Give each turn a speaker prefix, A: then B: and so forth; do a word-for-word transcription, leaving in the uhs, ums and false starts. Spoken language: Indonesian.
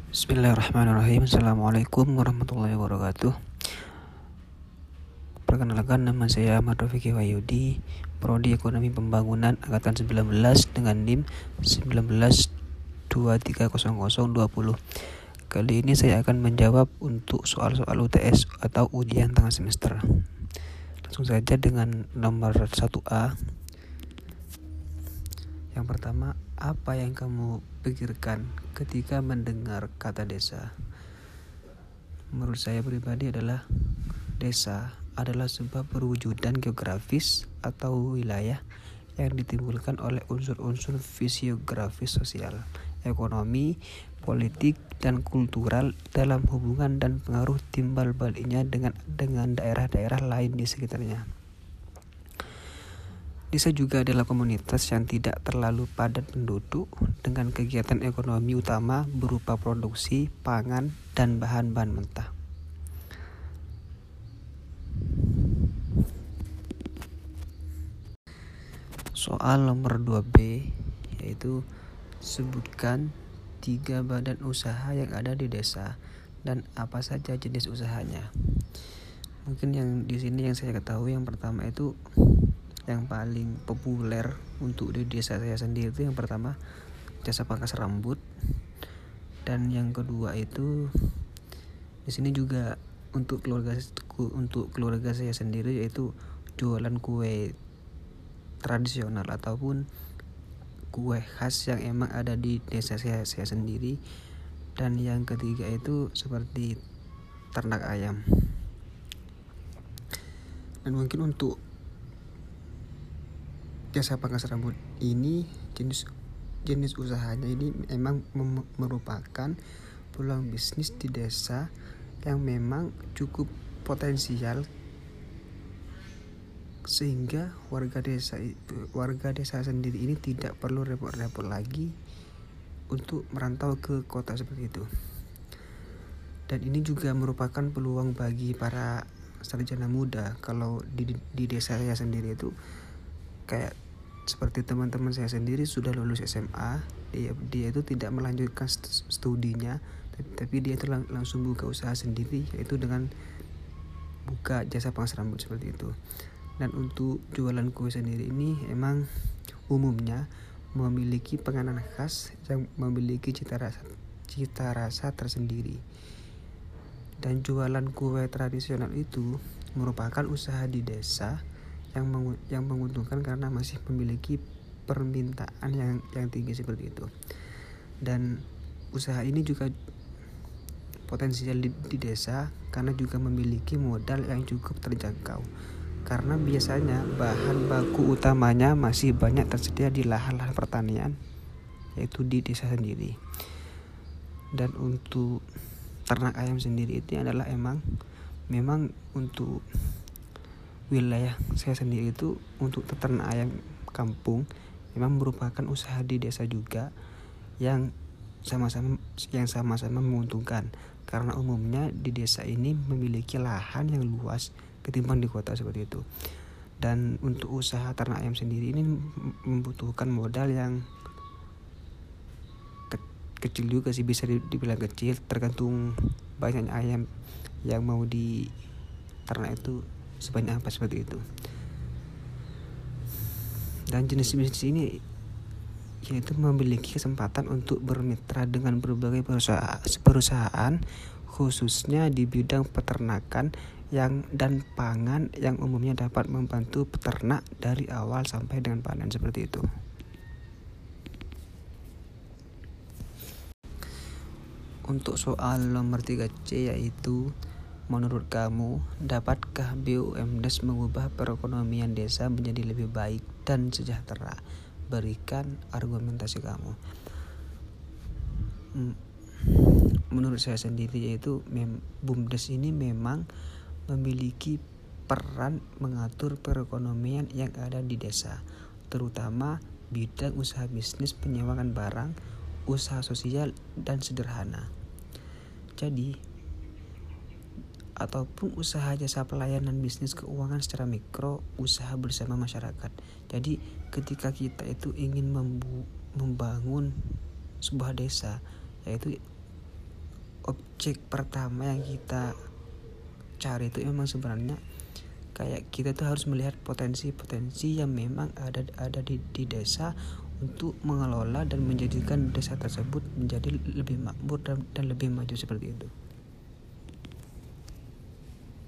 A: Bismillahirrahmanirrahim. Assalamualaikum warahmatullahi wabarakatuh. Perkenalkan, nama saya Ahmad Rafiki Wahyudi, Prodi Ekonomi Pembangunan Angkatan sembilan belas dengan N I M sembilan belas dua tiga nol nol dua nol. Kali ini saya akan menjawab untuk soal-soal U T S atau ujian tengah semester. Langsung saja dengan nomor satu A. Yang pertama, apa yang kamu pikirkan ketika mendengar kata desa? Menurut saya pribadi adalah desa adalah sebuah perwujudan geografis atau wilayah yang ditimbulkan oleh unsur-unsur fisiografis sosial, ekonomi, politik, dan kultural dalam hubungan dan pengaruh timbal baliknya dengan dengan daerah-daerah lain di sekitarnya. Desa juga adalah komunitas yang tidak terlalu padat penduduk dengan kegiatan ekonomi utama berupa produksi pangan dan bahan-bahan mentah. Soal nomor dua B, yaitu sebutkan tiga badan usaha yang ada di desa dan apa saja jenis usahanya. Mungkin yang di sini yang saya ketahui yang pertama itu yang paling populer untuk di desa saya sendiri itu yang pertama jasa pangkas rambut, dan yang kedua itu di sini juga untuk keluarga untuk keluarga saya sendiri yaitu jualan kue tradisional ataupun kue khas yang emang ada di desa saya, saya sendiri. Dan yang ketiga itu seperti ternak ayam. Dan mungkin untuk jasa pangkas rambut ini jenis jenis usahanya ini memang mem- merupakan peluang bisnis di desa yang memang cukup potensial, sehingga warga desa warga desa sendiri ini tidak perlu repot-repot lagi untuk merantau ke kota seperti itu. Dan ini juga merupakan peluang bagi para sarjana muda. Kalau di di desa saya sendiri itu kayak seperti teman-teman saya sendiri sudah lulus S M A, dia dia itu tidak melanjutkan studinya, tapi dia itu lang- langsung buka usaha sendiri, yaitu dengan buka jasa pangkas rambut seperti itu. Dan untuk jualan kue sendiri ini emang umumnya memiliki penganan khas yang memiliki cita rasa cita rasa tersendiri. Dan jualan kue tradisional itu merupakan usaha di desa yang mengu- yang menguntungkan karena masih memiliki permintaan yang yang tinggi seperti itu. Dan usaha ini juga potensial di, di desa karena juga memiliki modal yang cukup terjangkau. Karena biasanya bahan baku utamanya masih banyak tersedia di lahan-lahan pertanian, yaitu di desa sendiri. Dan untuk ternak ayam sendiri itu adalah emang memang untuk wilayah saya sendiri itu untuk peternak ayam kampung memang merupakan usaha di desa juga yang sama-sama yang sama-sama menguntungkan, karena umumnya di desa ini memiliki lahan yang luas ketimbang di kota seperti itu. Dan untuk usaha ternak ayam sendiri ini membutuhkan modal yang ke- kecil juga sih, bisa dibilang kecil, tergantung banyaknya ayam yang mau di ternak itu sebanyak apa seperti itu. Dan jenis-jenis ini yaitu memiliki kesempatan untuk bermitra dengan berbagai perusahaan, perusahaan khususnya di bidang peternakan yang dan pangan yang umumnya dapat membantu peternak dari awal sampai dengan panen seperti itu. Untuk soal nomor tiga C, yaitu menurut kamu, dapatkah B U M D E S mengubah perekonomian desa menjadi lebih baik dan sejahtera? Berikan argumentasi kamu. Menurut saya sendiri yaitu mem- B U M D E S ini memang memiliki peran mengatur perekonomian yang ada di desa, terutama bidang usaha bisnis penyewaan barang, usaha sosial, dan sederhana. Jadi ataupun usaha jasa pelayanan bisnis keuangan secara mikro, usaha bersama masyarakat. Jadi ketika kita itu ingin membu- membangun sebuah desa, yaitu objek pertama yang kita cari itu memang sebenarnya kayak kita tuh harus melihat potensi-potensi yang memang ada ada di, di desa untuk mengelola dan menjadikan desa tersebut menjadi lebih makmur dan, dan lebih maju seperti itu.